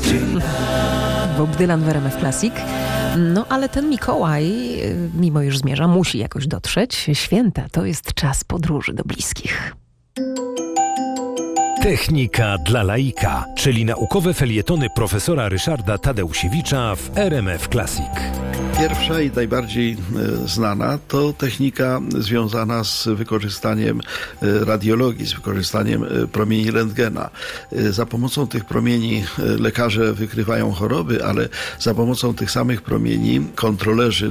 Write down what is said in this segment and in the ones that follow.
Bob Dylan w RMF Classic. No ale ten Mikołaj, mimo już zmierza, musi jakoś dotrzeć. Święta to jest czas podróży do bliskich. Technika dla laika, czyli naukowe felietony profesora Ryszarda Tadeusiewicza w RMF Classic. Pierwsza i najbardziej znana to technika związana z wykorzystaniem radiologii, z wykorzystaniem promieni rentgena. Za pomocą tych promieni lekarze wykrywają choroby, ale za pomocą tych samych promieni kontrolerzy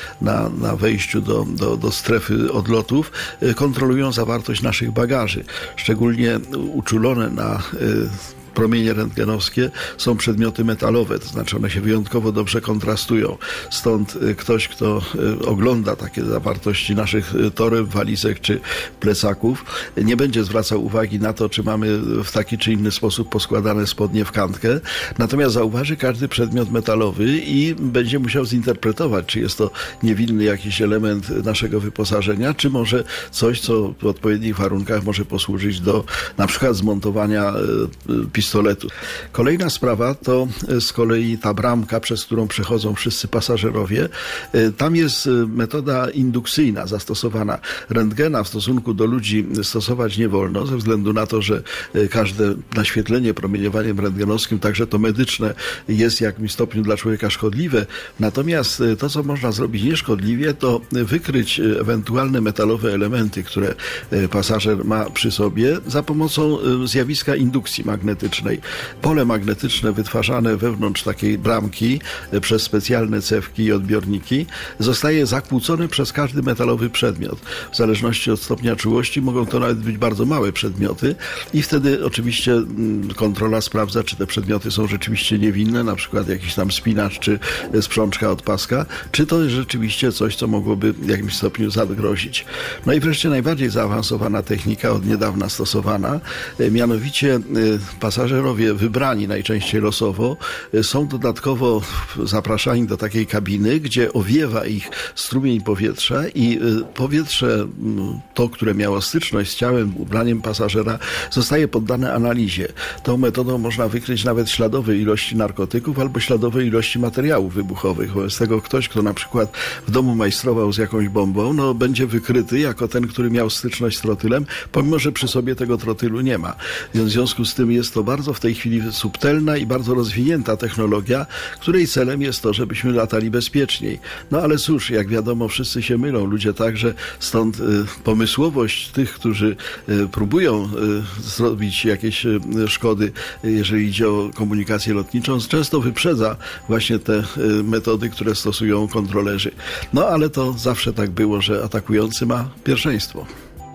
na wejściu do strefy odlotów kontrolują zawartość naszych bagaży. Szczególnie uczulone na promienie rentgenowskie są przedmioty metalowe, to znaczy one się wyjątkowo dobrze kontrastują. Stąd ktoś, kto ogląda takie zawartości naszych toreb, walizek czy plecaków, nie będzie zwracał uwagi na to, czy mamy w taki czy inny sposób poskładane spodnie w kantkę, natomiast zauważy każdy przedmiot metalowy i będzie musiał zinterpretować, czy jest to niewinny jakiś element naszego wyposażenia, czy może coś, co w odpowiednich warunkach może posłużyć do na przykład zmontowania pistoletu. Kolejna sprawa to z kolei ta bramka, przez którą przechodzą wszyscy pasażerowie. Tam jest metoda indukcyjna zastosowana. Rentgena w stosunku do ludzi stosować nie wolno, ze względu na to, że każde naświetlenie promieniowaniem rentgenowskim, także to medyczne, jest w jakimś stopniu dla człowieka szkodliwe. Natomiast to, co można zrobić nieszkodliwie, to wykryć ewentualne metalowe elementy, które pasażer ma przy sobie za pomocą zjawiska indukcji magnetycznej. Pole magnetyczne wytwarzane wewnątrz takiej bramki przez specjalne cewki i odbiorniki zostaje zakłócone przez każdy metalowy przedmiot. W zależności od stopnia czułości mogą to nawet być bardzo małe przedmioty i wtedy oczywiście kontrola sprawdza, czy te przedmioty są rzeczywiście niewinne, na przykład jakiś tam spinacz czy sprzączka od paska, czy to jest rzeczywiście coś, co mogłoby w jakimś stopniu zagrozić. No i wreszcie najbardziej zaawansowana technika, od niedawna stosowana, mianowicie pasażerowie wybrani najczęściej losowo są dodatkowo zapraszani do takiej kabiny, gdzie owiewa ich strumień powietrza i powietrze, to, które miało styczność z ciałem, ubraniem pasażera, zostaje poddane analizie. Tą metodą można wykryć nawet śladowe ilości narkotyków albo śladowe ilości materiałów wybuchowych. Wobec tego ktoś, kto na przykład w domu majstrował z jakąś bombą, no będzie wykryty jako ten, który miał styczność z trotylem, pomimo że przy sobie tego trotylu nie ma. W związku z tym jest to bardzo w tej chwili subtelna i bardzo rozwinięta technologia, której celem jest to, żebyśmy latali bezpieczniej. No ale cóż, jak wiadomo, wszyscy się mylą, ludzie także, stąd pomysłowość tych, którzy próbują zrobić jakieś szkody, jeżeli idzie o komunikację lotniczą, często wyprzedza właśnie te metody, które stosują kontrolerzy. No ale to zawsze tak było, że atakujący ma pierwszeństwo.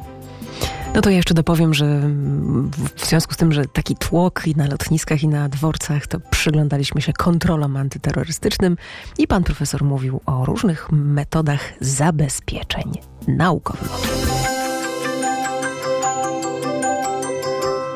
No to ja jeszcze dopowiem, że w związku z tym, że taki tłok i na lotniskach, i na dworcach, to przyglądaliśmy się kontrolom antyterrorystycznym i pan profesor mówił o różnych metodach zabezpieczeń naukowych.